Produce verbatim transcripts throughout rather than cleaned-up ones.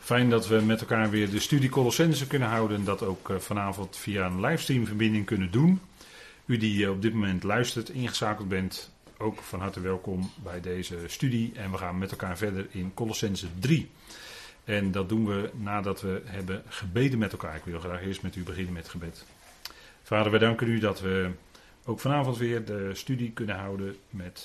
Fijn dat we met elkaar weer de studie Colossenzen kunnen houden en dat ook vanavond via een livestreamverbinding kunnen doen. U die op dit moment luistert, ingeschakeld bent, ook van harte welkom bij deze studie. En we gaan met elkaar verder in Colossenzen drie. En dat doen we nadat we hebben gebeden met elkaar. Ik wil graag eerst met u beginnen met gebed. Vader, wij danken u dat we ook vanavond weer de studie kunnen houden met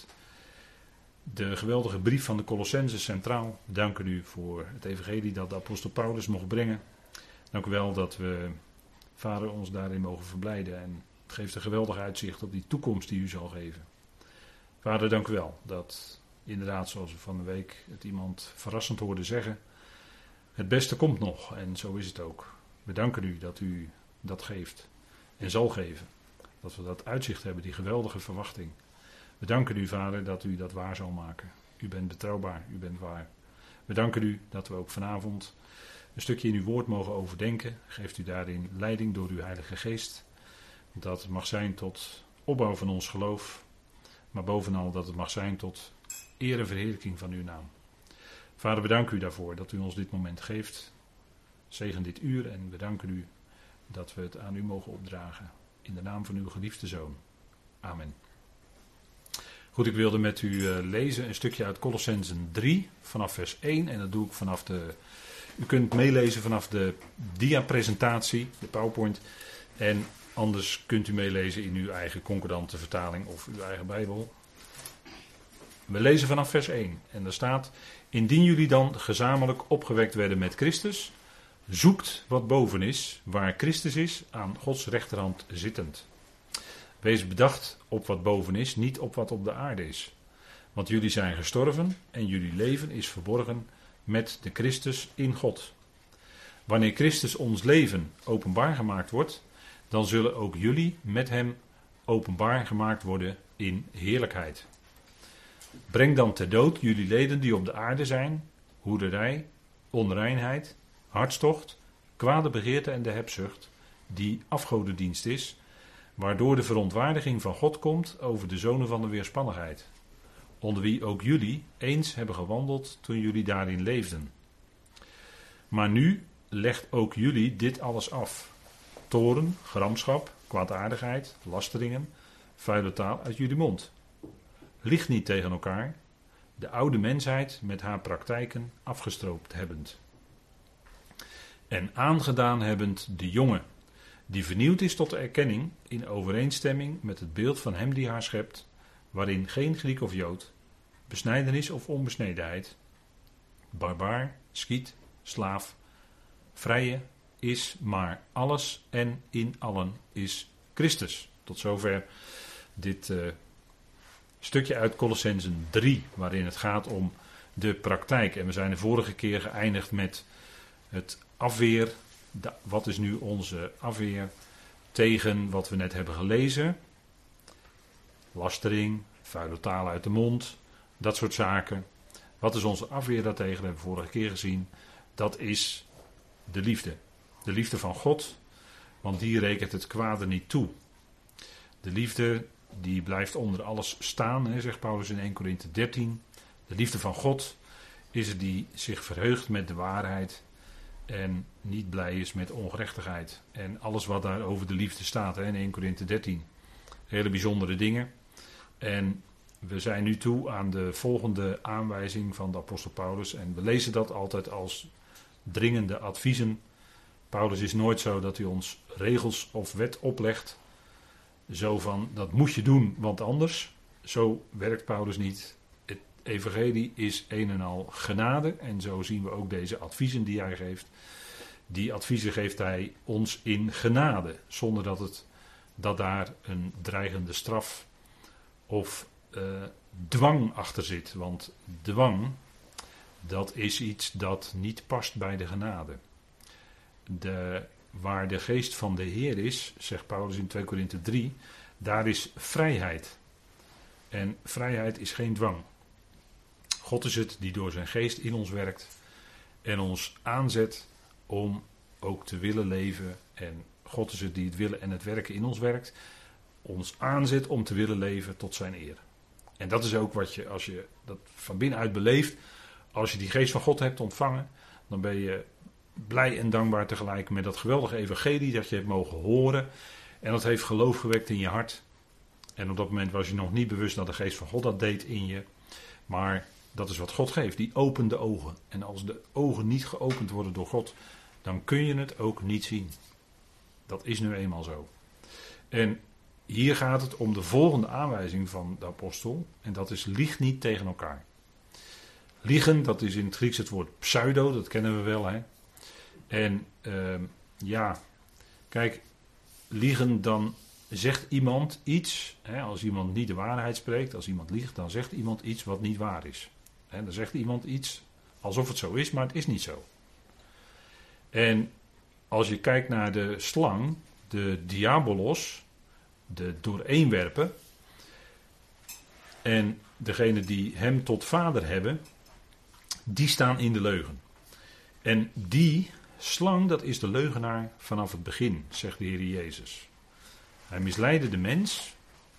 de geweldige brief van de Colossenzen centraal. We danken u voor het evangelie dat de apostel Paulus mocht brengen. Dank u wel dat we, Vader, ons daarin mogen verblijden. En het geeft een geweldig uitzicht op die toekomst die u zal geven. Vader, dank u wel dat inderdaad, zoals we van de week het iemand verrassend hoorden zeggen, het beste komt nog. En zo is het ook. We danken u dat u dat geeft en zal geven. Dat we dat uitzicht hebben, die geweldige verwachting. We danken u, Vader, dat u dat waar zal maken. U bent betrouwbaar, u bent waar. We danken u dat we ook vanavond een stukje in uw woord mogen overdenken. Geeft u daarin leiding door uw Heilige Geest. Dat het mag zijn tot opbouw van ons geloof. Maar bovenal dat het mag zijn tot eer en verheerlijking van uw naam. Vader, we danken u daarvoor dat u ons dit moment geeft. Zegen dit uur en we danken u dat we het aan u mogen opdragen. In de naam van uw geliefde Zoon. Amen. Goed, ik wilde met u uh, lezen een stukje uit Colossenzen drie, vanaf vers één. En dat doe ik vanaf de... U kunt meelezen vanaf de dia-presentatie, de PowerPoint. En anders kunt u meelezen in uw eigen concordante vertaling of uw eigen Bijbel. We lezen vanaf vers één. En daar staat: Indien jullie dan gezamenlijk opgewekt werden met Christus, zoekt wat boven is, waar Christus is, aan Gods rechterhand zittend. Wees bedacht op wat boven is, niet op wat op de aarde is. Want jullie zijn gestorven en jullie leven is verborgen met de Christus in God. Wanneer Christus ons leven openbaar gemaakt wordt, dan zullen ook jullie met hem openbaar gemaakt worden in heerlijkheid. Breng dan ter dood jullie leden die op de aarde zijn: hoerderij, onreinheid, hartstocht, kwade begeerte en de hebzucht, die afgodendienst is, waardoor de verontwaardiging van God komt over de zonen van de weerspannigheid, onder wie ook jullie eens hebben gewandeld toen jullie daarin leefden. Maar nu legt ook jullie dit alles af: toorn, gramschap, kwaadaardigheid, lasteringen, vuile taal uit jullie mond. Lieg niet tegen elkaar, de oude mensheid met haar praktijken afgestroopt hebbend. En aangedaan hebbend de jonge, die vernieuwd is tot de erkenning in overeenstemming met het beeld van hem die haar schept, waarin geen Griek of Jood, besnijdenis of onbesnedenheid, barbaar, Schiet, slaaf, vrije is, maar alles en in allen is Christus. Tot zover dit uh, stukje uit Colossenzen drie, waarin het gaat om de praktijk. En we zijn de vorige keer geëindigd met het afweer. De, wat is nu onze afweer tegen wat we net hebben gelezen? Lastering, vuile taal uit de mond, dat soort zaken. Wat is onze afweer daartegen? Dat hebben we vorige keer gezien. Dat is de liefde. De liefde van God, want die rekent het kwade niet toe. De liefde die blijft onder alles staan, hè, zegt Paulus in eerste Korinthe dertien. De liefde van God is er die zich verheugt met de waarheid en niet blij is met ongerechtigheid. En alles wat daar over de liefde staat, hè, in eerste Korinthe dertien. Hele bijzondere dingen. En we zijn nu toe aan de volgende aanwijzing van de apostel Paulus. En we lezen dat altijd als dringende adviezen. Paulus is nooit zo dat hij ons regels of wet oplegt. Zo van, dat moet je doen, want anders. Zo werkt Paulus niet. Het evangelie is een en al genade. En zo zien we ook deze adviezen die hij geeft. Die adviezen geeft hij ons in genade. Zonder dat, het, dat daar een dreigende straf of uh, dwang achter zit. Want dwang, dat is iets dat niet past bij de genade. De, waar de geest van de Heer is, zegt Paulus in tweede Korinthe drie, daar is vrijheid. En vrijheid is geen dwang. God is het die door zijn geest in ons werkt en ons aanzet om ook te willen leven. En God is het die het willen en het werken in ons werkt. Ons aanzet om te willen leven tot zijn eer. En dat is ook wat je, als je dat van binnenuit beleeft, als je die geest van God hebt ontvangen, Dan ben je blij en dankbaar tegelijk met dat geweldige evangelie dat je hebt mogen horen. En dat heeft geloof gewekt in je hart. En op dat moment was je nog niet bewust dat de geest van God dat deed in je. Maar dat is wat God geeft, die opent de ogen. En als de ogen niet geopend worden door God, dan kun je het ook niet zien. Dat is nu eenmaal zo. En hier gaat het om de volgende aanwijzing van de apostel. En dat is lieg niet tegen elkaar. Liegen, dat is in het Grieks het woord pseudo, dat kennen we wel. Hè? En uh, ja, kijk, liegen dan zegt iemand iets. Hè, als iemand niet de waarheid spreekt, als iemand liegt, dan zegt iemand iets wat niet waar is. Hè, dan zegt iemand iets alsof het zo is, maar het is niet zo. En als je kijkt naar de slang, de diabolos, de dooreenwerper, en degene die hem tot vader hebben, die staan in de leugen. En die slang, dat is de leugenaar vanaf het begin, zegt de Heer Jezus. Hij misleidde de mens.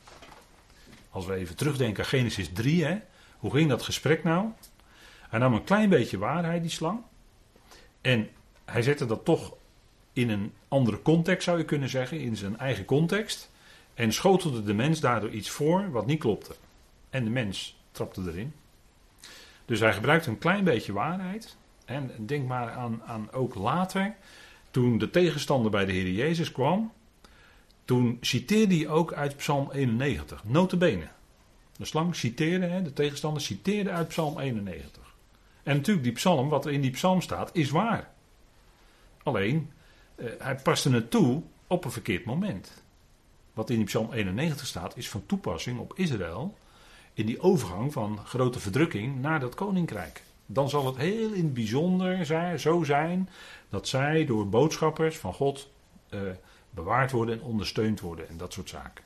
Als we even terugdenken aan Genesis drie, hè, hoe ging dat gesprek nou? Hij nam een klein beetje waarheid, die slang. En hij zette dat toch in een andere context, zou je kunnen zeggen, in zijn eigen context. En schotelde de mens daardoor iets voor wat niet klopte. En de mens trapte erin. Dus hij gebruikte een klein beetje waarheid. En denk maar aan, aan ook later, toen de tegenstander bij de Heer Jezus kwam. Toen citeerde hij ook uit Psalm eenennegentig. Nota bene. De slang citeerde, hè, de tegenstander citeerde uit Psalm eenennegentig. En natuurlijk, die psalm, wat er in die psalm staat, is waar. Alleen, eh, hij paste het toe op een verkeerd moment. Wat in die Psalm eenennegentig staat, is van toepassing op Israël in die overgang van grote verdrukking naar dat koninkrijk. Dan zal het heel in het bijzonder zijn, zo zijn dat zij door boodschappers van God eh, bewaard worden en ondersteund worden en dat soort zaken.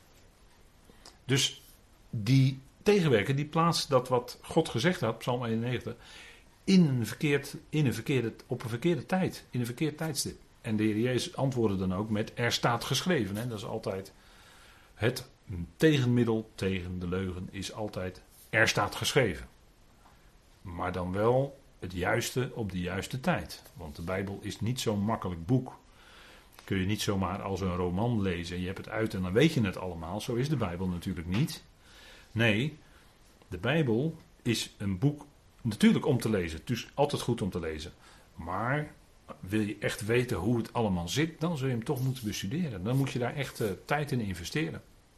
Dus die tegenwerker die plaatst dat wat God gezegd had, Psalm eenennegentig, in een verkeerd, in een verkeerde, op een verkeerde tijd, in een verkeerd tijdstip. En de Heer Jezus antwoordde dan ook met er staat geschreven. Hè? Dat is altijd het tegenmiddel tegen de leugen is altijd er staat geschreven. Maar dan wel het juiste op de juiste tijd. Want de Bijbel is niet zo'n makkelijk boek. Kun je niet zomaar als een roman lezen. Je hebt het uit en dan weet je het allemaal. Zo is de Bijbel natuurlijk niet. Nee, de Bijbel is een boek natuurlijk om te lezen. Het is altijd goed om te lezen. Maar wil je echt weten hoe het allemaal zit, dan zul je hem toch moeten bestuderen. Dan moet je daar echt uh, tijd in investeren.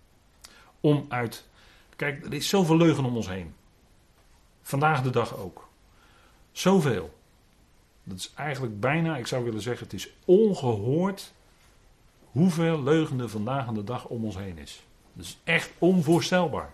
Om uit... Kijk, er is zoveel leugen om ons heen. Vandaag de dag ook. Zoveel. Dat is eigenlijk bijna, ik zou willen zeggen, het is ongehoord hoeveel leugen er vandaag de dag om ons heen is. Dat is echt onvoorstelbaar.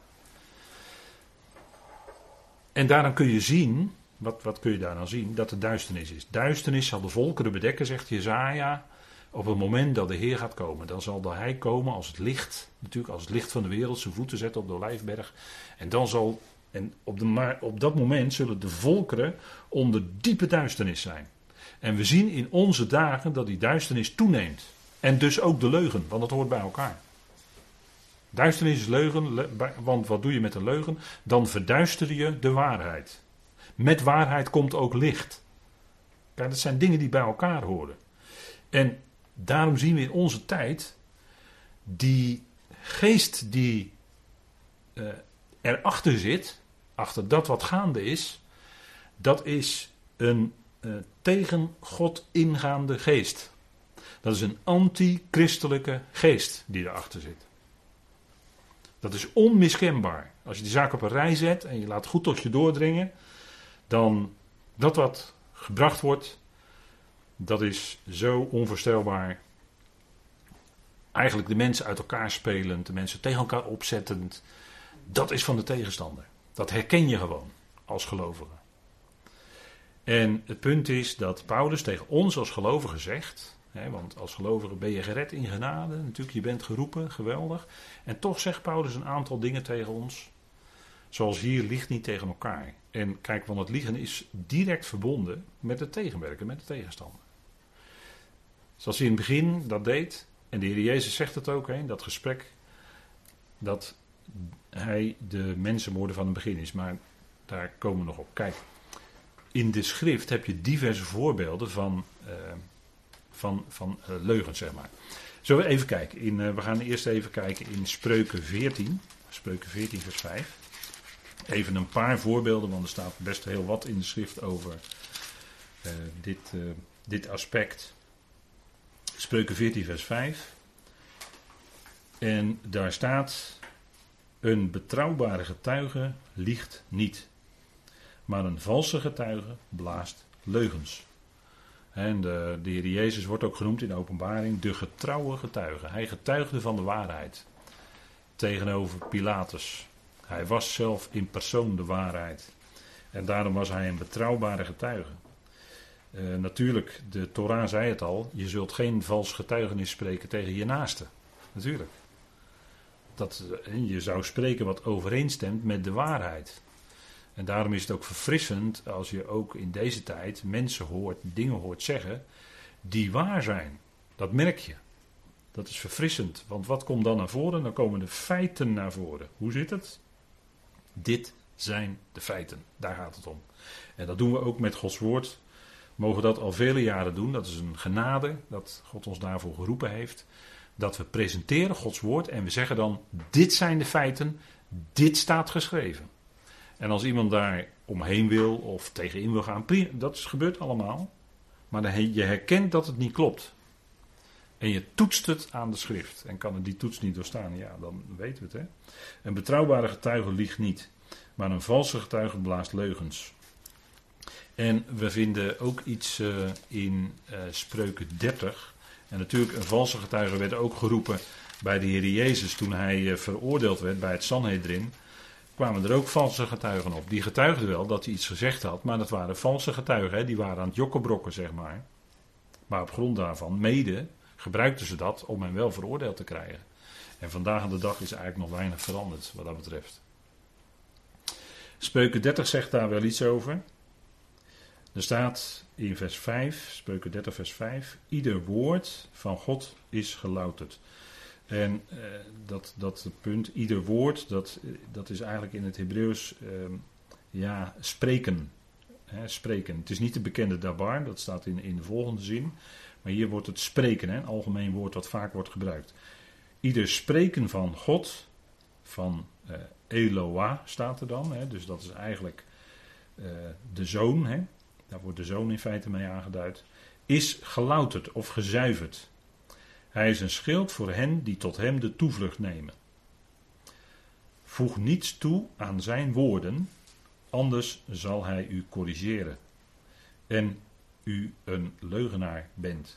En daarom kun je zien, wat, wat kun je daar dan zien? Dat er duisternis is. Duisternis zal de volkeren bedekken, zegt Jesaja, op het moment dat de Heer gaat komen. Dan zal hij komen als het licht, natuurlijk als het licht van de wereld, zijn voeten zetten op de Olijfberg. En dan zal, en op, de, maar op dat moment zullen de volkeren onder diepe duisternis zijn. En we zien in onze dagen dat die duisternis toeneemt. En dus ook de leugen, want dat hoort bij elkaar. Duisternis is leugen, want wat doe je met een leugen? Dan verduister je de waarheid. Met waarheid komt ook licht. Kijk, dat zijn dingen die bij elkaar horen. En daarom zien we in onze tijd die geest die uh, erachter zit, achter dat wat gaande is, dat is een uh, tegen God ingaande geest. Dat is een anti-christelijke geest die erachter zit. Dat is onmiskenbaar. Als je die zaak op een rij zet en je laat goed tot je doordringen, dan dat wat gebracht wordt, dat is zo onvoorstelbaar. Eigenlijk de mensen uit elkaar spelend, de mensen tegen elkaar opzettend. Dat is van de tegenstander. Dat herken je gewoon als gelovige. En het punt is dat Paulus tegen ons als gelovigen zegt, hè, want als gelovige ben je gered in genade, natuurlijk je bent geroepen, geweldig. En toch zegt Paulus een aantal dingen tegen ons. Zoals hier, liegt niet tegen elkaar. En kijk, want het liegen is direct verbonden met het tegenwerken, met de tegenstander. Zoals hij in het begin dat deed, en de Heer Jezus zegt het ook, hè, in dat gesprek, dat hij de mensenmoorder van het begin is. Maar daar komen we nog op. Kijk, in de schrift heb je diverse voorbeelden van, uh, van, van uh, leugens, zeg maar. Zullen we even kijken? In, uh, we gaan eerst even kijken in Spreuken veertien. Spreuken veertien vers vijf. Even een paar voorbeelden, want er staat best heel wat in de schrift over uh, dit, uh, dit aspect. Spreuken veertien vers vijf. En daar staat: een betrouwbare getuige liegt niet, maar een valse getuige blaast leugens. En de, de Heer Jezus wordt ook genoemd in de Openbaring de getrouwe getuige. Hij getuigde van de waarheid tegenover Pilatus. Hij was zelf in persoon de waarheid. En daarom was hij een betrouwbare getuige. Uh, natuurlijk, de Torah zei het al, je zult geen vals getuigenis spreken tegen je naaste. Natuurlijk. Dat, je zou spreken wat overeenstemt met de waarheid. En daarom is het ook verfrissend als je ook in deze tijd mensen hoort, dingen hoort zeggen die waar zijn. Dat merk je. Dat is verfrissend. Want wat komt dan naar voren? Dan komen de feiten naar voren. Hoe zit het? Dit zijn de feiten. Daar gaat het om. En dat doen we ook met Gods woord. We mogen dat al vele jaren doen. Dat is een genade dat God ons daarvoor geroepen heeft. Dat we presenteren Gods woord en we zeggen dan: dit zijn de feiten, dit staat geschreven. En als iemand daar omheen wil of tegenin wil gaan, prima, dat gebeurt allemaal. Maar dan je herkent dat het niet klopt. En je toetst het aan de schrift. En kan er die toets niet doorstaan, ja, dan weten we het. Hè? Een betrouwbare getuige liegt niet, maar een valse getuige blaast leugens. En we vinden ook iets uh, in uh, Spreuken dertig. En natuurlijk, een valse getuige werd ook geroepen bij de Heer Jezus toen hij uh, veroordeeld werd bij het Sanhedrin. Kwamen er ook valse getuigen op. Die getuigden wel dat hij iets gezegd had, maar dat waren valse getuigen. Hè? Die waren aan het jokkenbrokken, zeg maar. Maar op grond daarvan, mede, gebruikten ze dat om hem wel veroordeeld te krijgen. En vandaag aan de dag is eigenlijk nog weinig veranderd wat dat betreft. Spreuken dertig zegt daar wel iets over. Er staat in vers vijf, Spreuken dertig vers vijf, ieder woord van God is gelouterd. En uh, dat, dat punt, ieder woord, dat, dat is eigenlijk in het Hebreeuws, uh, ja, spreken. Hè, spreken. Het is niet de bekende dabar, dat staat in, in de volgende zin. Maar hier wordt het spreken, hè, een algemeen woord dat vaak wordt gebruikt. Ieder spreken van God, van uh, Eloah staat er dan. Hè, dus dat is eigenlijk uh, de zoon, hè. Daar wordt de zoon in feite mee aangeduid. Is gelouterd of gezuiverd. Hij is een schild voor hen die tot hem de toevlucht nemen. Voeg niets toe aan zijn woorden, anders zal hij u corrigeren. En u een leugenaar bent.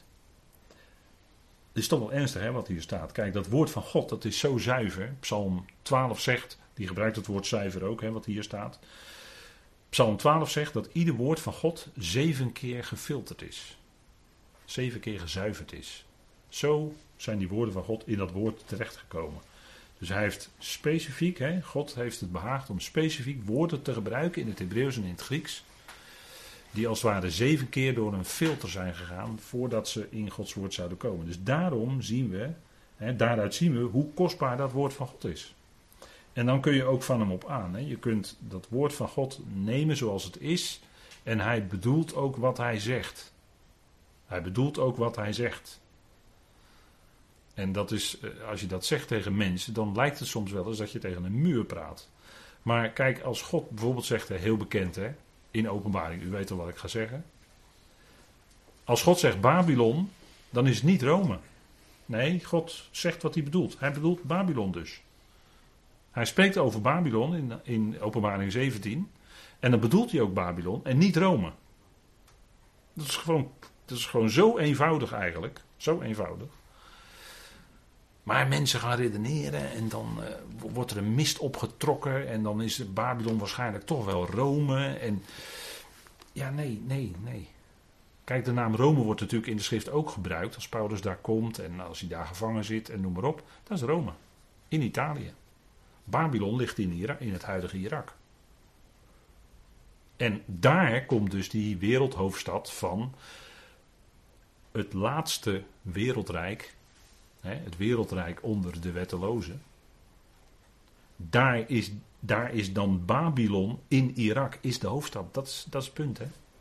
Het is toch wel ernstig, hè, wat hier staat. Kijk, dat woord van God, dat is zo zuiver. Psalm twaalf zegt, die gebruikt het woord zuiver ook, hè, wat hier staat. Psalm twaalf zegt dat ieder woord van God zeven keer gefilterd is. Zeven keer gezuiverd is. Zo zijn die woorden van God in dat woord terechtgekomen. Dus hij heeft specifiek, hè, God heeft het behaagd om specifiek woorden te gebruiken in het Hebreeuws en in het Grieks. Die als het ware zeven keer door een filter zijn gegaan voordat ze in Gods woord zouden komen. Dus daarom zien we, hè, daaruit zien we hoe kostbaar dat woord van God is. En dan kun je ook van hem op aan. Hè. Je kunt dat woord van God nemen zoals het is. En hij bedoelt ook wat hij zegt. Hij bedoelt ook wat hij zegt. En dat is, als je dat zegt tegen mensen, dan lijkt het soms wel eens dat je tegen een muur praat. Maar kijk, als God bijvoorbeeld zegt, heel bekend hè, in Openbaring, u weet al wat ik ga zeggen. Als God zegt Babylon, dan is het niet Rome. Nee, God zegt wat hij bedoelt. Hij bedoelt Babylon dus. Hij spreekt over Babylon in, in Openbaring zeventien. En dan bedoelt hij ook Babylon en niet Rome. Dat is gewoon, dat is gewoon zo eenvoudig eigenlijk. Zo eenvoudig. Maar mensen gaan redeneren en dan uh, wordt er een mist opgetrokken. En dan is Babylon waarschijnlijk toch wel Rome. En ja, nee, nee, nee. Kijk, de naam Rome wordt natuurlijk in de schrift ook gebruikt. Als Paulus daar komt en als hij daar gevangen zit en noem maar op. Dat is Rome. In Italië. Babylon ligt in, Irak, in het huidige Irak. En daar komt dus die wereldhoofdstad van het laatste wereldrijk. Hè, het wereldrijk onder de wettelozen. Daar is, daar is dan Babylon in Irak, is de hoofdstad. Dat is, dat is het punt, hè.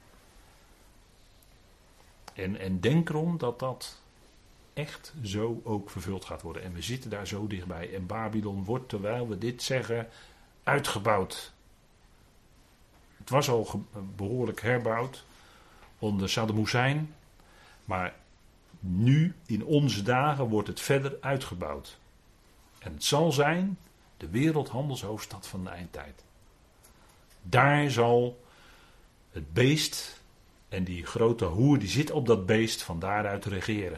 En, en denk erom dat dat echt zo ook vervuld gaat worden. En we zitten daar zo dichtbij. En Babylon wordt, terwijl we dit zeggen, uitgebouwd. Het was al ge- behoorlijk herbouwd onder Saddam Hussein. Maar nu, in onze dagen, wordt het verder uitgebouwd. En het zal zijn de wereldhandelshoofdstad van de eindtijd. Daar zal het beest en die grote hoer die zit op dat beest van daaruit regeren.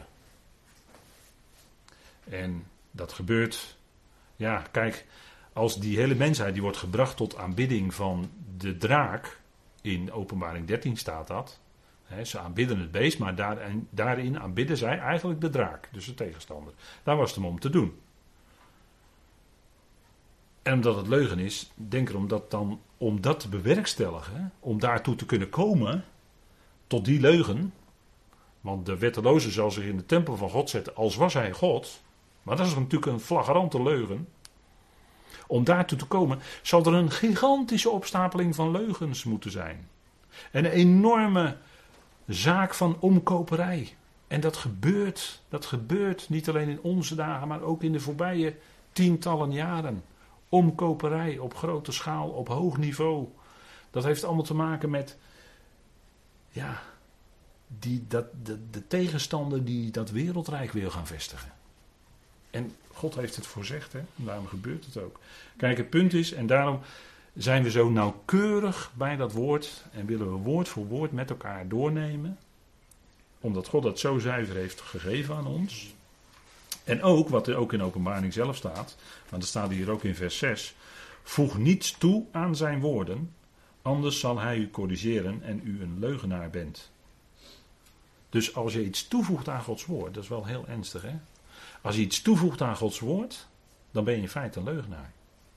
En dat gebeurt, ja kijk, als die hele mensheid die wordt gebracht tot aanbidding van de draak, in Openbaring dertien staat dat. Hè, ze aanbidden het beest, maar daarin, daarin aanbidden zij eigenlijk de draak, dus de tegenstander. Daar was het hem om te doen. En omdat het leugen is, denk erom dat dan, om dat te bewerkstelligen, om daartoe te kunnen komen, tot die leugen, want de wetteloze zal zich in de tempel van God zetten als was hij God, maar dat is natuurlijk een flagrante leugen. Om daartoe te komen, zal er een gigantische opstapeling van leugens moeten zijn. En een enorme zaak van omkoperij. En dat gebeurt, dat gebeurt niet alleen in onze dagen, maar ook in de voorbije tientallen jaren. Omkoperij op grote schaal, op hoog niveau. Dat heeft allemaal te maken met, ja, die, dat, de, de tegenstander die dat wereldrijk wil gaan vestigen. En God heeft het voorzegd, hè? En daarom gebeurt het ook. Kijk, het punt is, en daarom zijn we zo nauwkeurig bij dat woord en willen we woord voor woord met elkaar doornemen, omdat God dat zo zuiver heeft gegeven aan ons. En ook, wat er ook in Openbaring zelf staat, want dat staat hier ook in vers zes, voeg niets toe aan zijn woorden, anders zal hij u corrigeren en u een leugenaar bent. Dus als je iets toevoegt aan Gods woord, dat is wel heel ernstig, hè? Als je iets toevoegt aan Gods woord, dan ben je in feite een leugenaar.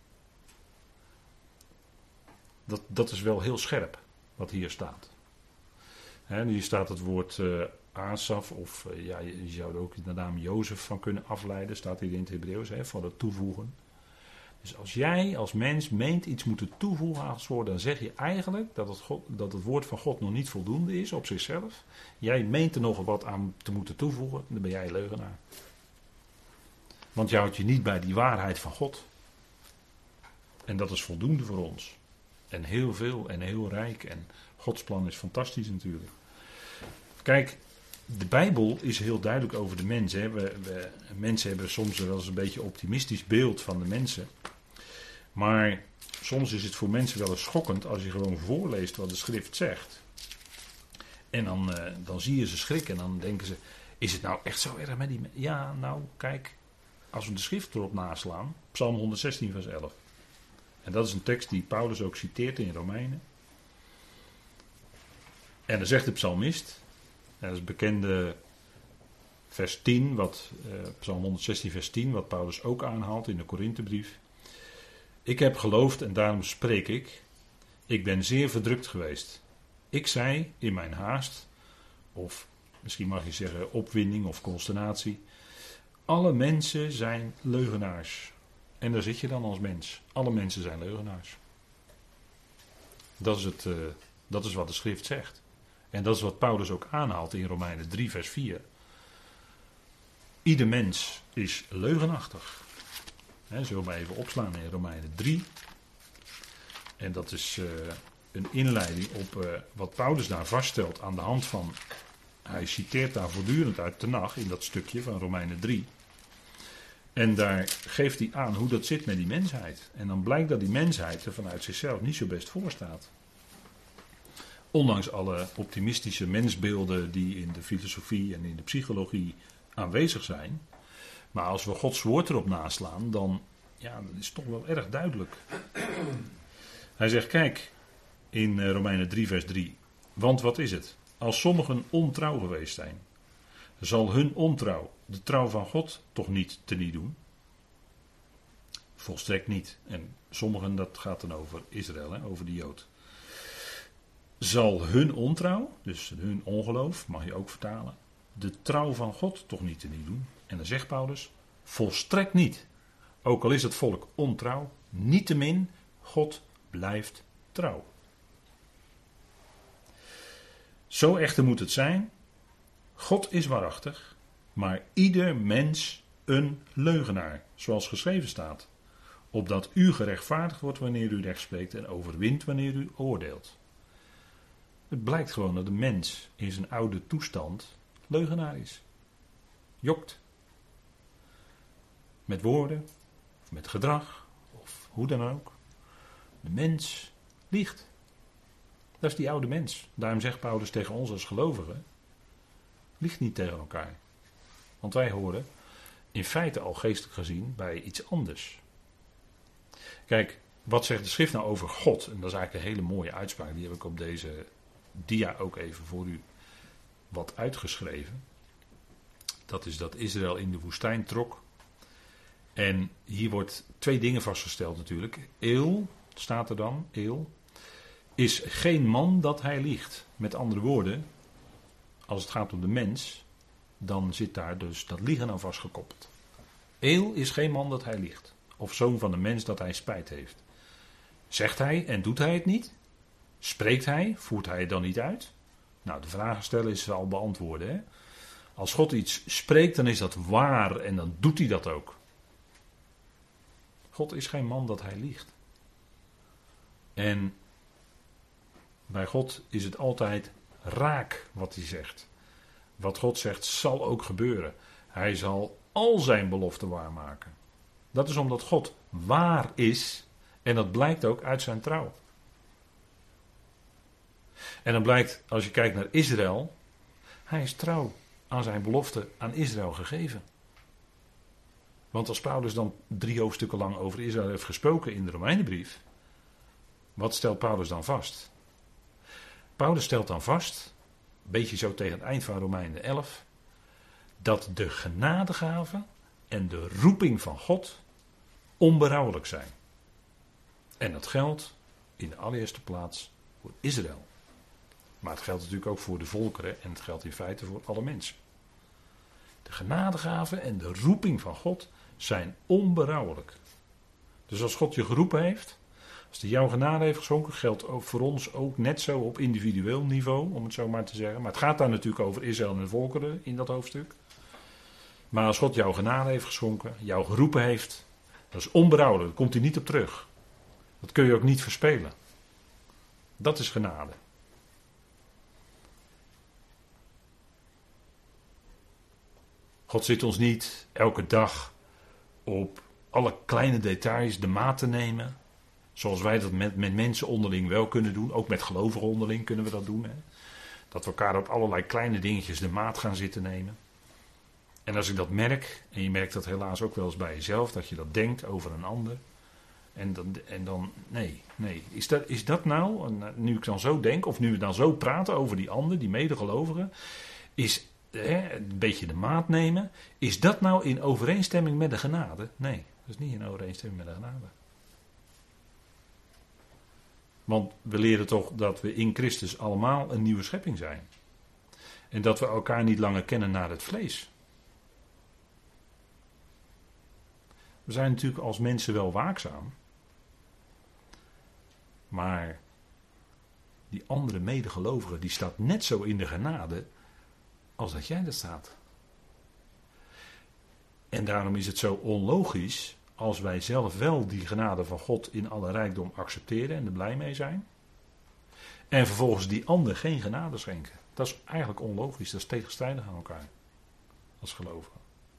Dat, dat is wel heel scherp, wat hier staat. He, hier staat het woord uh, Asaf, of uh, ja, je, je zou er ook de naam Jozef van kunnen afleiden, staat hier in het Hebreeuws, he, van het toevoegen. Dus als jij als mens meent iets moeten toevoegen aan Gods woord, dan zeg je eigenlijk dat het, God, dat het woord van God nog niet voldoende is op zichzelf. Jij meent er nog wat aan te moeten toevoegen, dan ben jij een leugenaar. Want je houdt je niet bij die waarheid van God. En dat is voldoende voor ons. En heel veel en heel rijk. En Gods plan is fantastisch natuurlijk. Kijk, de Bijbel is heel duidelijk over de mens. Hè. We, we, mensen hebben soms wel eens een beetje een optimistisch beeld van de mensen. Maar soms is het voor mensen wel eens schokkend als je gewoon voorleest wat de schrift zegt. En dan, uh, dan zie je ze schrikken en dan denken ze, is het nou echt zo erg met die mensen? Ja, nou kijk, als we de schrift erop naslaan, Psalm honderdzestien vers elf. En dat is een tekst die Paulus ook citeert in Romeinen. En dan zegt de psalmist, en dat is bekende vers tien, wat, uh, Psalm honderdzestien vers tien, wat Paulus ook aanhaalt in de Korinthebrief. Ik heb geloofd en daarom spreek ik. Ik ben zeer verdrukt geweest. Ik zei in mijn haast, of misschien mag je zeggen opwinding of consternatie, alle mensen zijn leugenaars. En daar zit je dan als mens. Alle mensen zijn leugenaars. Dat is, het, uh, dat is wat de schrift zegt. En dat is wat Paulus ook aanhaalt in Romeinen drie vers vier. Ieder mens is leugenachtig. He, zullen we maar even opslaan in Romeinen drie. En dat is uh, een inleiding op uh, wat Paulus daar vaststelt aan de hand van, hij citeert daar voortdurend uit Tenach in dat stukje van Romeinen drie. En daar geeft hij aan hoe dat zit met die mensheid. En dan blijkt dat die mensheid er vanuit zichzelf niet zo best voor staat. Ondanks alle optimistische mensbeelden die in de filosofie en in de psychologie aanwezig zijn. Maar als we Gods woord erop naslaan, dan ja, dat is toch wel erg duidelijk. Hij zegt, kijk, in Romeinen drie vers drie. Want wat is het? Als sommigen ontrouw geweest zijn, zal hun ontrouw de trouw van God toch niet teniet doen? Volstrekt niet. En sommigen, dat gaat dan over Israël, hè, over de Jood. Zal hun ontrouw, dus hun ongeloof, mag je ook vertalen, de trouw van God toch niet teniet doen? En dan zegt Paulus, volstrekt niet. Ook al is het volk ontrouw, niettemin, God blijft trouw. Zo echter moet het zijn, God is waarachtig, maar ieder mens een leugenaar, zoals geschreven staat. Opdat u gerechtvaardigd wordt wanneer u recht spreekt en overwint wanneer u oordeelt. Het blijkt gewoon dat de mens in zijn oude toestand leugenaar is. Jokt. Met woorden, of met gedrag, of hoe dan ook. De mens liegt. Dat is die oude mens. Daarom zegt Paulus tegen ons als gelovigen, liegt niet tegen elkaar. Want wij horen in feite al geestelijk gezien bij iets anders. Kijk, wat zegt de schrift nou over God? En dat is eigenlijk een hele mooie uitspraak. Die heb ik op deze dia ook even voor u wat uitgeschreven. Dat is dat Israël in de woestijn trok. En hier wordt twee dingen vastgesteld natuurlijk. Eel, staat er dan, Eel, is geen man dat hij liegt. Met andere woorden, als het gaat om de mens, dan zit daar dus dat liegen aan vastgekoppeld. Eel is geen man dat hij liegt. Of zoon van de mens dat hij spijt heeft. Zegt hij en doet hij het niet? Spreekt hij, voert hij het dan niet uit? Nou, de vragen stellen is al beantwoorden. Hè? Als God iets spreekt, dan is dat waar en dan doet hij dat ook. God is geen man dat hij liegt. En bij God is het altijd raak wat hij zegt. Wat God zegt zal ook gebeuren. Hij zal al zijn beloften waarmaken. Dat is omdat God waar is en dat blijkt ook uit zijn trouw. En dan blijkt, als je kijkt naar Israël, hij is trouw aan zijn belofte aan Israël gegeven. Want als Paulus dan drie hoofdstukken lang over Israël heeft gesproken in de Romeinenbrief, wat stelt Paulus dan vast? Paulus stelt dan vast, een beetje zo tegen het eind van Romeinen elf, dat de genadegave en de roeping van God onberouwelijk zijn. En dat geldt in de allereerste plaats voor Israël. Maar het geldt natuurlijk ook voor de volkeren en het geldt in feite voor alle mensen. De genadegave en de roeping van God zijn onberouwelijk. Dus als God je geroepen heeft, als hij jouw genade heeft geschonken, geldt ook voor ons ook net zo op individueel niveau, om het zo maar te zeggen. Maar het gaat daar natuurlijk over Israël en de volkeren in dat hoofdstuk. Maar als God jouw genade heeft geschonken, jou geroepen heeft, dat is onberouwelijk, daar komt hij niet op terug. Dat kun je ook niet verspelen. Dat is genade. God zit ons niet elke dag op alle kleine details de maat te nemen. Zoals wij dat met, met mensen onderling wel kunnen doen. Ook met gelovigen onderling kunnen we dat doen. Hè? Dat we elkaar op allerlei kleine dingetjes de maat gaan zitten nemen. En als ik dat merk, en je merkt dat helaas ook wel eens bij jezelf, dat je dat denkt over een ander. En dan, en dan nee, nee. Is dat, is dat nou, nu ik dan zo denk, of nu we dan zo praten over die ander, die medegelovigen, is hè, een beetje de maat nemen. Is dat nou in overeenstemming met de genade? Nee, dat is niet in overeenstemming met de genade. Want we leren toch dat we in Christus allemaal een nieuwe schepping zijn. En dat we elkaar niet langer kennen naar het vlees. We zijn natuurlijk als mensen wel waakzaam. Maar die andere medegelovige, die staat net zo in de genade als dat jij er staat. En daarom is het zo onlogisch als wij zelf wel die genade van God in alle rijkdom accepteren en er blij mee zijn. En vervolgens die ander geen genade schenken. Dat is eigenlijk onlogisch, dat is tegenstrijdig aan elkaar. Als gelovigen.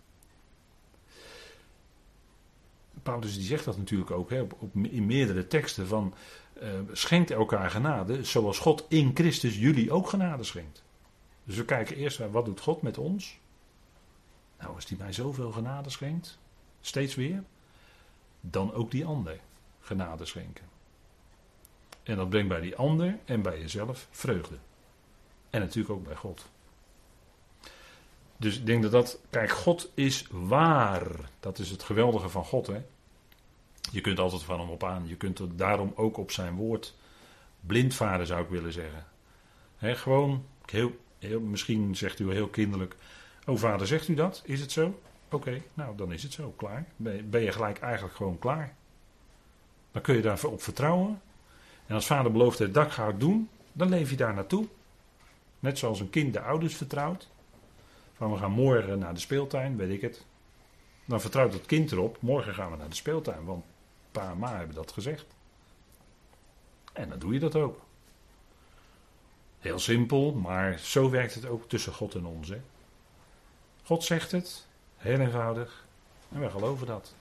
Paulus die zegt dat natuurlijk ook hè, op, op, in meerdere teksten van uh, schenkt elkaar genade zoals God in Christus jullie ook genade schenkt. Dus we kijken eerst naar wat doet God met ons. Nou, als die mij zoveel genade schenkt, steeds weer, dan ook die ander genade schenken. En dat brengt bij die ander en bij jezelf vreugde. En natuurlijk ook bij God. Dus ik denk dat dat, kijk, God is waar. Dat is het geweldige van God, hè. Je kunt altijd van hem op aan. Je kunt er daarom ook op zijn woord blind varen, zou ik willen zeggen. Hè, gewoon, heel, heel, misschien zegt u heel kinderlijk, oh vader, zegt u dat? Is het zo? Oké, okay, nou dan is het zo, klaar. Ben je, ben je gelijk eigenlijk gewoon klaar. Dan kun je daarop vertrouwen. En als vader belooft het, dat ga ik doen, dan leef je daar naartoe. Net zoals een kind de ouders vertrouwt. Van we gaan morgen naar de speeltuin, weet ik het. Dan vertrouwt het kind erop, morgen gaan we naar de speeltuin. Want pa en ma hebben dat gezegd. En dan doe je dat ook. Heel simpel, maar zo werkt het ook tussen God en ons. Hè? God zegt het, heel eenvoudig. En wij geloven dat.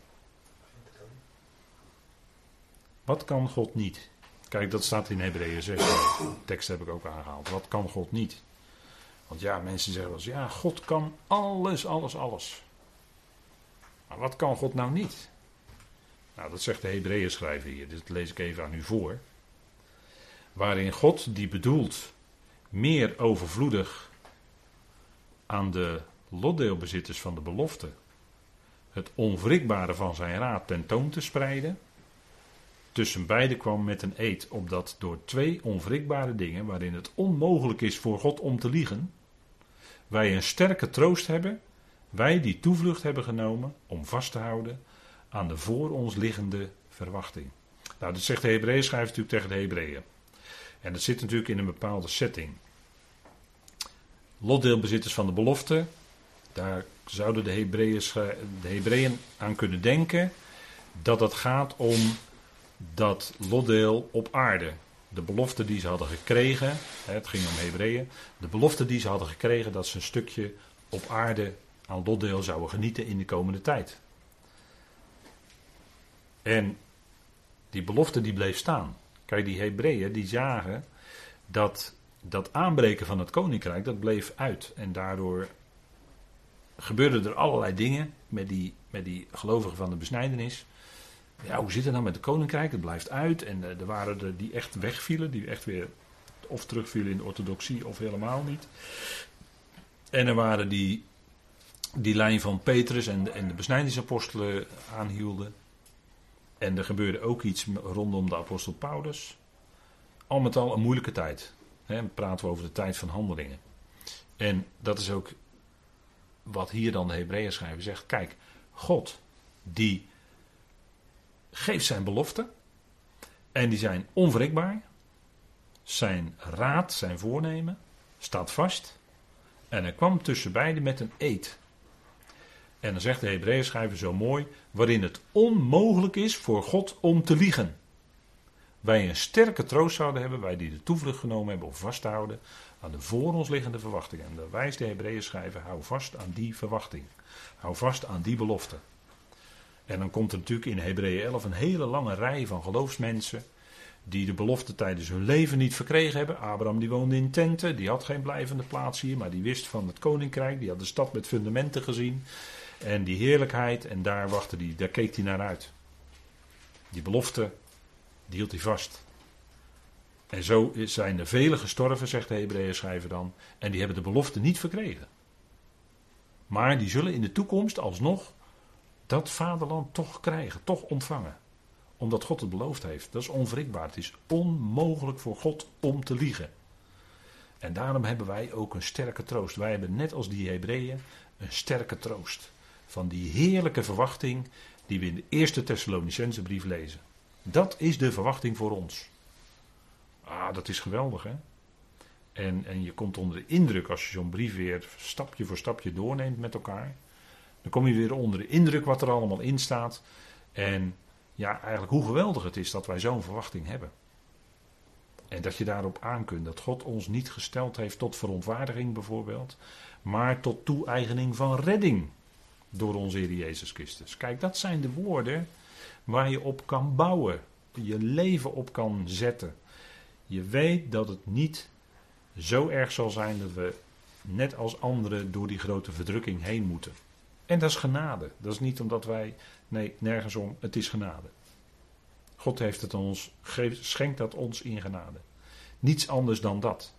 Wat kan God niet? Kijk, dat staat in Hebreeën zes. De tekst heb ik ook aangehaald. Wat kan God niet? Want ja, mensen zeggen wel eens, ja, God kan alles, alles, alles. Maar wat kan God nou niet? Nou, dat zegt de Hebreeën schrijver hier. Dat lees ik even aan u voor. Waarin God die bedoelt meer overvloedig aan de lotdeelbezitters van de belofte het onwrikbare van zijn raad tentoon te spreiden. Tussen beiden kwam met een eed, opdat door twee onwrikbare dingen, waarin het onmogelijk is voor God om te liegen, wij een sterke troost hebben, wij die toevlucht hebben genomen om vast te houden aan de voor ons liggende verwachting. Nou, dat zegt de Hebreeën schrijver natuurlijk tegen de Hebreeën. En dat zit natuurlijk in een bepaalde setting. Lotdeelbezitters van de belofte, daar zouden de Hebreeën, de Hebreeën aan kunnen denken dat het gaat om dat lotdeel op aarde. De belofte die ze hadden gekregen, het ging om Hebreeën, de belofte die ze hadden gekregen dat ze een stukje op aarde aan lotdeel zouden genieten in de komende tijd. En die belofte die bleef staan. Kijk, die Hebreeën die zagen dat dat aanbreken van het koninkrijk, dat bleef uit. En daardoor gebeurden er allerlei dingen met die, met die gelovigen van de besnijdenis. Ja, hoe zit het nou met het koninkrijk? Het blijft uit. En uh, er waren er die echt wegvielen, die echt weer of terugvielen in de orthodoxie of helemaal niet. En er waren die die lijn van Petrus en de, en de besnijdingsapostelen aanhielden. En er gebeurde ook iets rondom de apostel Paulus. Al met al een moeilijke tijd. Hè, dan praten we over de tijd van handelingen. En dat is ook wat hier dan de Hebreeën schrijver zegt. Kijk, God die geeft zijn beloften. En die zijn onwrikbaar. Zijn raad, zijn voornemen staat vast. En er kwam tussen beiden met een eed. En dan zegt de Hebreeën schrijver zo mooi, waarin het onmogelijk is voor God om te liegen. Wij een sterke troost zouden hebben, wij die de toevlucht genomen hebben om vast te houden aan de voor ons liggende verwachting. En daar wijst de Hebreeën schrijver, hou vast aan die verwachting. Hou vast aan die belofte. En dan komt er natuurlijk in Hebreeën elf een hele lange rij van geloofsmensen die de belofte tijdens hun leven niet verkregen hebben. Abraham die woonde in tenten, die had geen blijvende plaats hier, maar die wist van het koninkrijk, die had de stad met fundamenten gezien. En die heerlijkheid, en daar wachtte hij, daar keek hij naar uit. Die belofte, die hield hij vast. En zo zijn er velen gestorven, zegt de Hebreeën schrijver dan, en die hebben de belofte niet verkregen. Maar die zullen in de toekomst alsnog dat vaderland toch krijgen, toch ontvangen. Omdat God het beloofd heeft. Dat is onwrikbaar. Het is onmogelijk voor God om te liegen. En daarom hebben wij ook een sterke troost. Wij hebben net als die Hebreeën een sterke troost. Van die heerlijke verwachting die we in de eerste Thessalonicense brief lezen. Dat is de verwachting voor ons. Ah, dat is geweldig, hè? En, en je komt onder de indruk als je zo'n brief weer stapje voor stapje doorneemt met elkaar. Dan kom je weer onder de indruk wat er allemaal in staat. En ja, eigenlijk hoe geweldig het is dat wij zo'n verwachting hebben. En dat je daarop aan kunt dat God ons niet gesteld heeft tot verontwaardiging bijvoorbeeld, maar tot toe-eigening van redding door onze Heer Jezus Christus. Kijk, dat zijn de woorden waar je op kan bouwen, je leven op kan zetten. Je weet dat het niet zo erg zal zijn dat we net als anderen door die grote verdrukking heen moeten. En dat is genade. Dat is niet omdat wij, nee, nergens om, het is genade. God heeft het ons, geeft, schenkt dat ons in genade. Niets anders dan dat.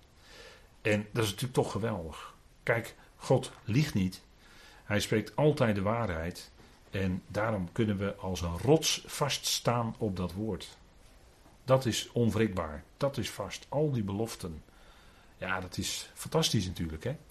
En dat is natuurlijk toch geweldig. Kijk, God liegt niet. Hij spreekt altijd de waarheid. En daarom kunnen we als een rots vaststaan op dat woord. Dat is onwrikbaar. Dat is vast. Al die beloften. Ja, dat is fantastisch natuurlijk, hè.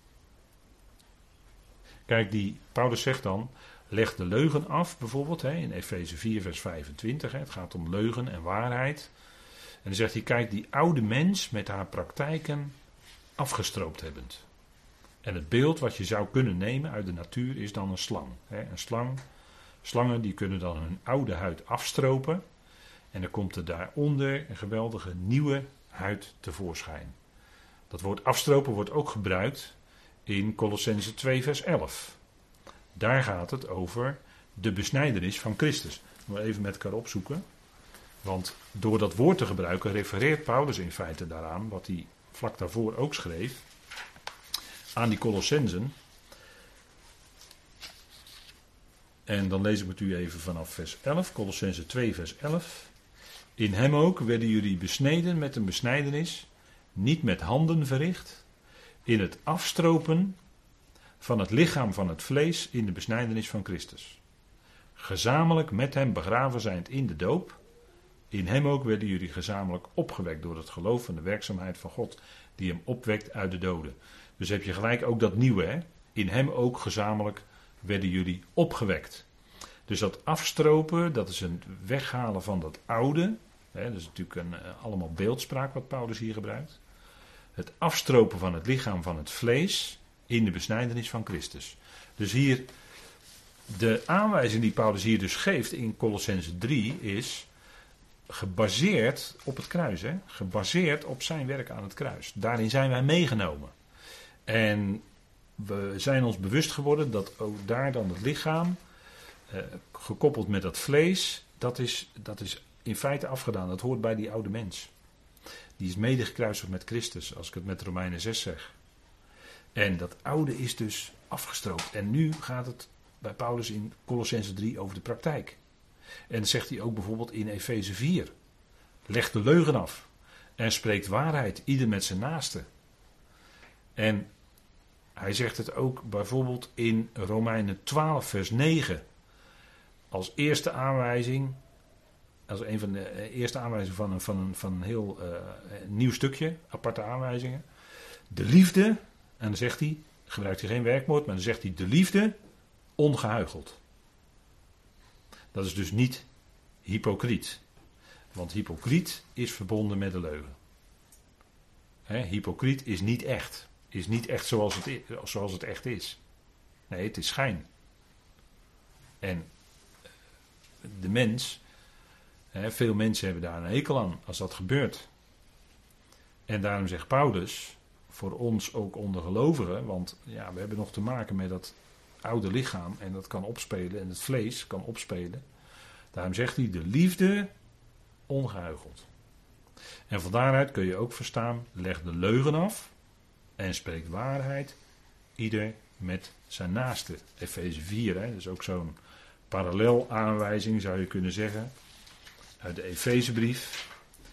Kijk, die Paulus zegt dan, leg de leugen af, bijvoorbeeld, hè, in Efeze vier vers vijfentwintig. Hè, het gaat om leugen en waarheid. En dan zegt hij, kijk, die oude mens met haar praktijken afgestroopt hebbend. En het beeld wat je zou kunnen nemen uit de natuur is dan een slang. Een slang. Slangen die kunnen dan hun oude huid afstropen. En dan komt er daaronder een geweldige nieuwe huid tevoorschijn. Dat woord afstropen wordt ook gebruikt in Kolossenzen twee vers elf. Daar gaat het over de besnijdenis van Christus. We even met elkaar opzoeken. Want door dat woord te gebruiken refereert Paulus in feite daaraan, wat hij vlak daarvoor ook schreef, aan die Kolossenzen. En dan lees ik met u even vanaf vers elf, Kolossenzen twee vers elf. In hem ook werden jullie besneden met een besnijdenis, niet met handen verricht, in het afstropen van het lichaam van het vlees in de besnijdenis van Christus. Gezamenlijk met hem begraven zijnd in de doop. In hem ook werden jullie gezamenlijk opgewekt door het geloof van de werkzaamheid van God, die hem opwekt uit de doden. Dus heb je gelijk ook dat nieuwe, hè? In hem ook gezamenlijk werden jullie opgewekt. Dus dat afstropen, dat is een weghalen van dat oude. Hè, dat is natuurlijk een, allemaal beeldspraak wat Paulus hier gebruikt. Het afstropen van het lichaam van het vlees in de besnijdenis van Christus. Dus hier, de aanwijzing die Paulus hier dus geeft in Kolossenzen drie is gebaseerd op het kruis. Hè? Gebaseerd op zijn werk aan het kruis. Daarin zijn wij meegenomen. En we zijn ons bewust geworden dat ook daar dan het lichaam, eh, gekoppeld met dat vlees, dat is, dat is in feite afgedaan. Dat hoort bij die oude mens. Die is mede gekruisigd met Christus, als ik het met Romeinen zes zeg. En dat oude is dus afgestroopt. En nu gaat het bij Paulus in Kolossenzen drie over de praktijk. En dat zegt hij ook bijvoorbeeld in Efeze vier. Leg de leugen af. En spreekt waarheid, ieder met zijn naaste. En hij zegt het ook bijvoorbeeld in Romeinen twaalf vers negen. Als eerste aanwijzing, als een van de eerste aanwijzingen van een, van een, van een heel uh, nieuw stukje, aparte aanwijzingen. De liefde, en dan zegt hij, gebruikt hij geen werkwoord, maar dan zegt hij de liefde ongehuicheld. Dat is dus niet hypocriet. Want hypocriet is verbonden met de leugen. He, hypocriet is niet echt. Is niet echt zoals het, zoals het echt is. Nee, het is schijn. En de mens, he, veel mensen hebben daar een hekel aan als dat gebeurt. En daarom zegt Paulus, voor ons ook onder gelovigen, want ja, we hebben nog te maken met dat oude lichaam en dat kan opspelen en het vlees kan opspelen. Daarom zegt hij de liefde ongehuicheld. En van daaruit kun je ook verstaan, leg de leugen af en spreekt waarheid, ieder met zijn naaste. Efeze vier, hè, dat is ook zo'n parallel aanwijzing zou je kunnen zeggen, uit de Efezebrief.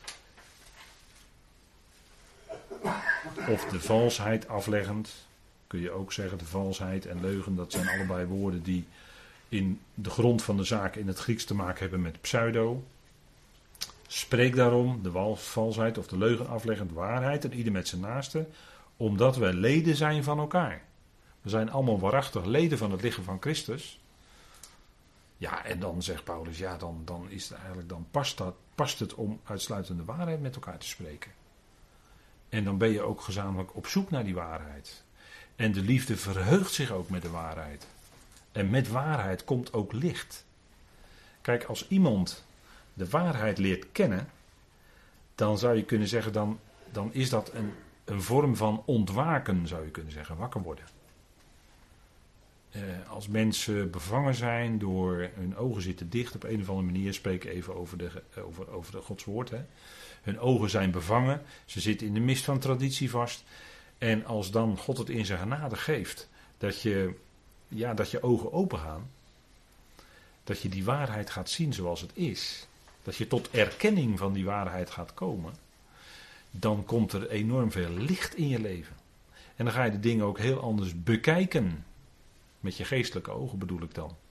Of de valsheid afleggend, kun je ook zeggen, de valsheid en leugen, dat zijn allebei woorden die in de grond van de zaak in het Grieks te maken hebben met pseudo. Spreek daarom de valsheid of de leugen afleggend waarheid en ieder met zijn naaste, omdat wij leden zijn van elkaar. We zijn allemaal waarachtig leden van het lichaam van Christus. Ja, en dan zegt Paulus, ja, dan, dan, is het eigenlijk, dan past, dat, past het om uitsluitende waarheid met elkaar te spreken. En dan ben je ook gezamenlijk op zoek naar die waarheid. En de liefde verheugt zich ook met de waarheid. En met waarheid komt ook licht. Kijk, als iemand de waarheid leert kennen, dan zou je kunnen zeggen, dan, dan is dat een, een vorm van ontwaken, zou je kunnen zeggen, wakker worden. Eh, als mensen bevangen zijn door hun ogen zitten dicht op een of andere manier, spreek ik even over de, over, over de Gods woord. Hè. Hun ogen zijn bevangen, ze zitten in de mist van traditie vast. En als dan God het in zijn genade geeft, dat je, ja, dat je ogen open gaan, dat je die waarheid gaat zien zoals het is, dat je tot erkenning van die waarheid gaat komen, dan komt er enorm veel licht in je leven. En dan ga je de dingen ook heel anders bekijken. Met je geestelijke ogen bedoel ik dan.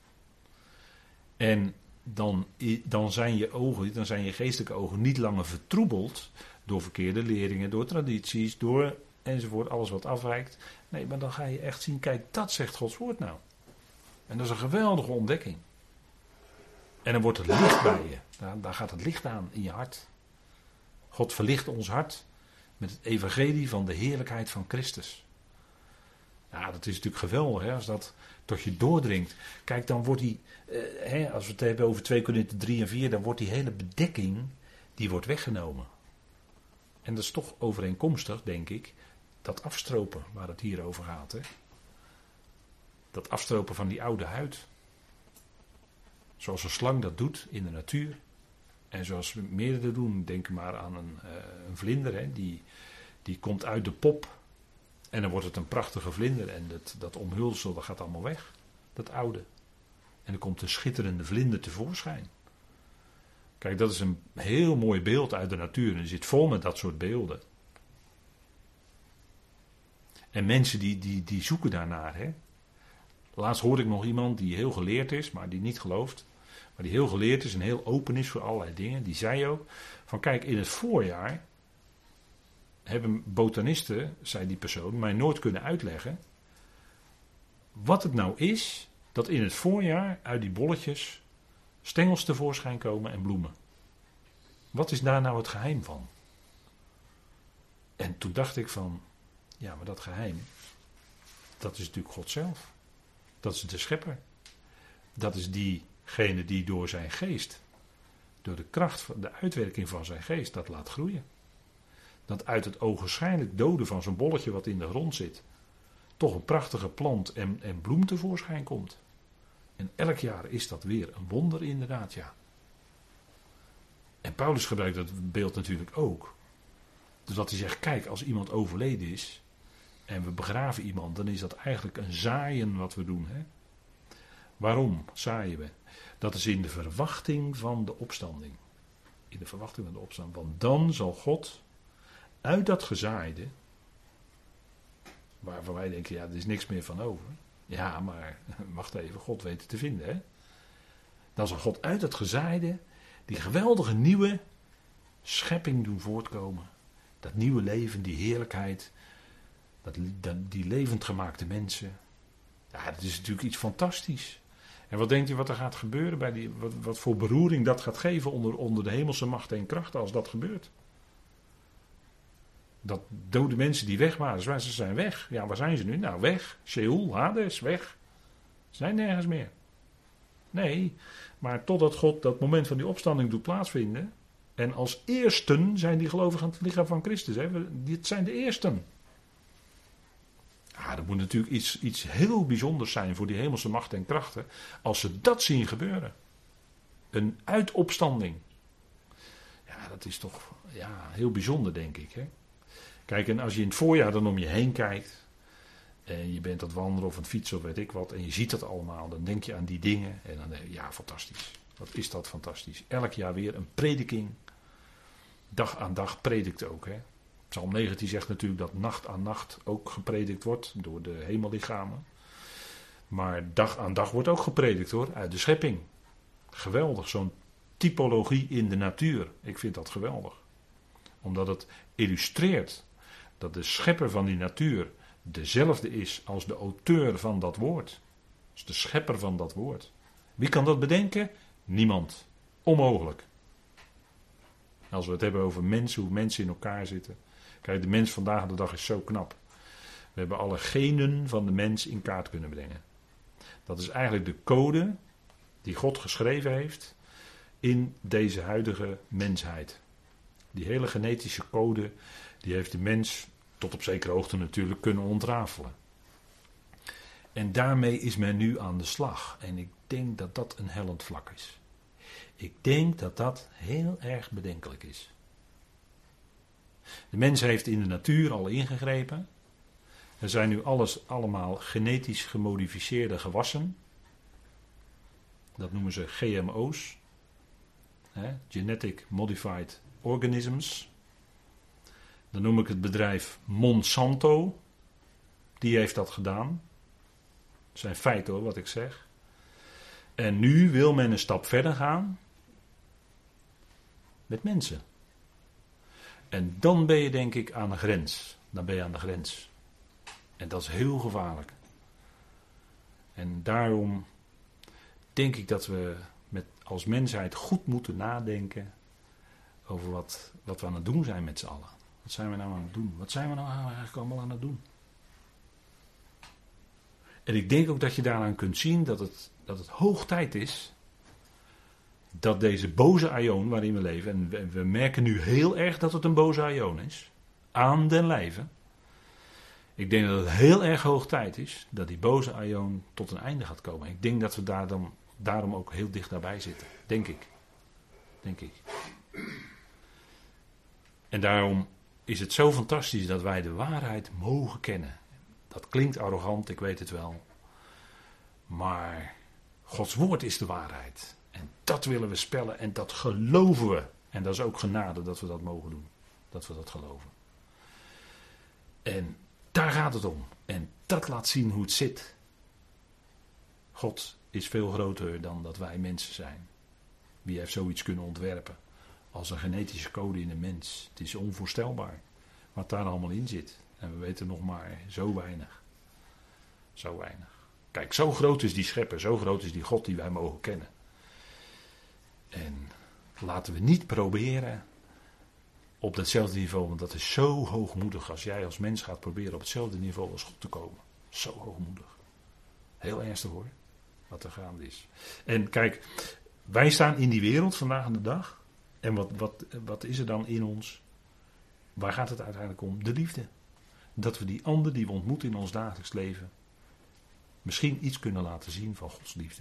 En dan, dan zijn je ogen, dan zijn je geestelijke ogen niet langer vertroebeld door verkeerde leringen, door tradities, door enzovoort, alles wat afwijkt. Nee, maar dan ga je echt zien, kijk, dat zegt Gods woord nou. En dat is een geweldige ontdekking. En dan wordt het licht bij je. Daar, daar gaat het licht aan in je hart. God verlicht ons hart met het evangelie van de heerlijkheid van Christus. Ja, dat is natuurlijk geweldig hè, als dat tot je doordringt. Kijk, dan wordt die, eh, hè, als we het hebben over twee Korinthe drie en vier, dan wordt die hele bedekking, die wordt weggenomen. En dat is toch overeenkomstig, denk ik, dat afstropen waar het hier over gaat. Hè? Dat afstropen van die oude huid. Zoals een slang dat doet in de natuur. En zoals meerdere doen, denk maar aan een, uh, een vlinder, hè, die, die komt uit de pop. En dan wordt het een prachtige vlinder en dat, dat omhulsel dat gaat allemaal weg, dat oude. En dan komt een schitterende vlinder tevoorschijn. Kijk, dat is een heel mooi beeld uit de natuur en er zit vol met dat soort beelden. En mensen die, die, die zoeken daarnaar. Hè. Laatst hoorde ik nog iemand die heel geleerd is, maar die niet gelooft. Maar die heel geleerd is en heel open is voor allerlei dingen. Die zei ook, van kijk, in het voorjaar hebben botanisten, zei die persoon, mij nooit kunnen uitleggen wat het nou is dat in het voorjaar uit die bolletjes stengels tevoorschijn komen en bloemen. Wat is daar nou het geheim van? En toen dacht ik van, ja, maar dat geheim, dat is natuurlijk God zelf. Dat is de schepper. Dat is diegene die door zijn geest, door de kracht, de uitwerking van zijn geest, dat laat groeien. Dat uit het ogenschijnlijk dode van zo'n bolletje wat in de grond zit, toch een prachtige plant en, en bloem tevoorschijn komt. En elk jaar is dat weer een wonder inderdaad, ja. En Paulus gebruikt dat beeld natuurlijk ook. Dus dat hij zegt, kijk, als iemand overleden is en we begraven iemand, dan is dat eigenlijk een zaaien wat we doen. Hè? Waarom zaaien we? Dat is in de verwachting van de opstanding. In de verwachting van de opstanding. Want dan zal God uit dat gezaaide, waarvan wij denken, ja, er is niks meer van over. Ja, maar wacht even, God weet het te vinden. Hè? Dan zal God uit dat gezaaide die geweldige nieuwe schepping doen voortkomen. Dat nieuwe leven, die heerlijkheid, dat, dat, die levend gemaakte mensen. Ja, dat is natuurlijk iets fantastisch. En wat denkt u wat er gaat gebeuren bij die, wat, wat voor beroering dat gaat geven onder, onder de hemelse machten en krachten als dat gebeurt? Dat dode mensen die weg waren, ze zijn weg. Ja, waar zijn ze nu? Nou, weg. Sheol, Hades, weg. Ze zijn nergens meer. Nee, maar totdat God dat moment van die opstanding doet plaatsvinden. En als eersten zijn die gelovigen aan het lichaam van Christus. Hè? Dit zijn de eersten. Ja, dat moet natuurlijk iets, iets heel bijzonders zijn voor die hemelse machten en krachten. Als ze dat zien gebeuren. Een uitopstanding. Ja, dat is toch ja, heel bijzonder, denk ik. Hè? Kijk, en als je in het voorjaar dan om je heen kijkt. En je bent aan het wandelen of aan het fietsen of weet ik wat. En je ziet dat allemaal. Dan denk je aan die dingen. En dan denk je, ja, fantastisch. Wat is dat fantastisch. Elk jaar weer een prediking. Dag aan dag predikt ook. Hè. Psalm negentien zegt natuurlijk dat nacht aan nacht ook gepredikt wordt. Door de hemellichamen. Maar dag aan dag wordt ook gepredikt hoor. Uit de schepping. Geweldig. Zo'n typologie in de natuur. Ik vind dat geweldig. Omdat het illustreert dat de schepper van die natuur dezelfde is als de auteur van dat woord. Als de schepper van dat woord. Wie kan dat bedenken? Niemand. Onmogelijk. Als we het hebben over mensen, hoe mensen in elkaar zitten. Kijk, de mens vandaag de dag is zo knap. We hebben alle genen van de mens in kaart kunnen brengen. Dat is eigenlijk de code die God geschreven heeft in deze huidige mensheid. Die hele genetische code, die heeft de mens tot op zekere hoogte natuurlijk kunnen ontrafelen. En daarmee is men nu aan de slag. En ik denk dat dat een hellend vlak is. Ik denk dat dat heel erg bedenkelijk is. De mens heeft in de natuur al ingegrepen. Er zijn nu alles allemaal genetisch gemodificeerde gewassen. Dat noemen ze G M O's. Hè, Genetic Modified Organisms. Dan noem ik het bedrijf Monsanto. Die heeft dat gedaan. Dat zijn feiten hoor, wat ik zeg. En nu wil men een stap verder gaan. Met mensen. En dan ben je denk ik aan de grens. Dan ben je aan de grens. En dat is heel gevaarlijk. En daarom denk ik dat we met, als mensheid goed moeten nadenken over wat, wat we aan het doen zijn met z'n allen. Wat zijn we nou aan het doen? Wat zijn we nou eigenlijk allemaal aan het doen? En ik denk ook dat je daaraan kunt zien dat het, dat het hoog tijd is dat deze boze aion waarin we leven, en we, we merken nu heel erg dat het een boze aion is, aan den lijve. Ik denk dat het heel erg hoog tijd is dat die boze aion tot een einde gaat komen. Ik denk dat we daar dan, daarom ook heel dicht daarbij zitten. Denk ik. Denk ik. En daarom is het zo fantastisch dat wij de waarheid mogen kennen. Dat klinkt arrogant, ik weet het wel. Maar Gods woord is de waarheid. En dat willen we spellen en dat geloven we. En dat is ook genade dat we dat mogen doen. Dat we dat geloven. En daar gaat het om. En dat laat zien hoe het zit. God is veel groter dan dat wij mensen zijn. Wie heeft zoiets kunnen ontwerpen? Als een genetische code in een mens. Het is onvoorstelbaar wat daar allemaal in zit. En we weten nog maar zo weinig. Zo weinig. Kijk, zo groot is die schepper. Zo groot is die God die wij mogen kennen. En laten we niet proberen op datzelfde niveau. Want dat is zo hoogmoedig als jij als mens gaat proberen op hetzelfde niveau als God te komen. Zo hoogmoedig. Heel ernstig hoor. Wat er gaande is. En kijk, wij staan in die wereld vandaag aan de dag. En wat, wat, wat is er dan in ons? Waar gaat het uiteindelijk om? De liefde. Dat we die ander die we ontmoeten in ons dagelijks leven misschien iets kunnen laten zien van Gods liefde.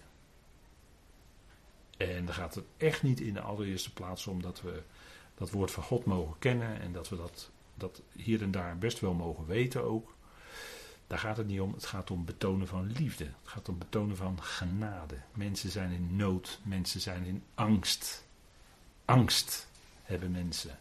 En dan gaat het echt niet in de allereerste plaats om dat we dat woord van God mogen kennen en dat we dat, dat hier en daar best wel mogen weten ook. Daar gaat het niet om. Het gaat om betonen van liefde. Het gaat om betonen van genade. Mensen zijn in nood. Mensen zijn in angst. Angst hebben mensen.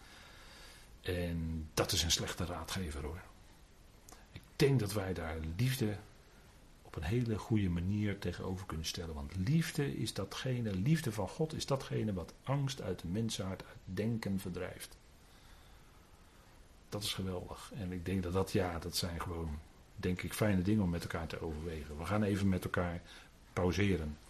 En dat is een slechte raadgever hoor. Ik denk dat wij daar liefde op een hele goede manier tegenover kunnen stellen. Want liefde is datgene, liefde van God is datgene wat angst uit de mensenhart, uit denken verdrijft. Dat is geweldig. En ik denk dat dat, ja, dat zijn gewoon, denk ik, fijne dingen om met elkaar te overwegen. We gaan even met elkaar pauzeren.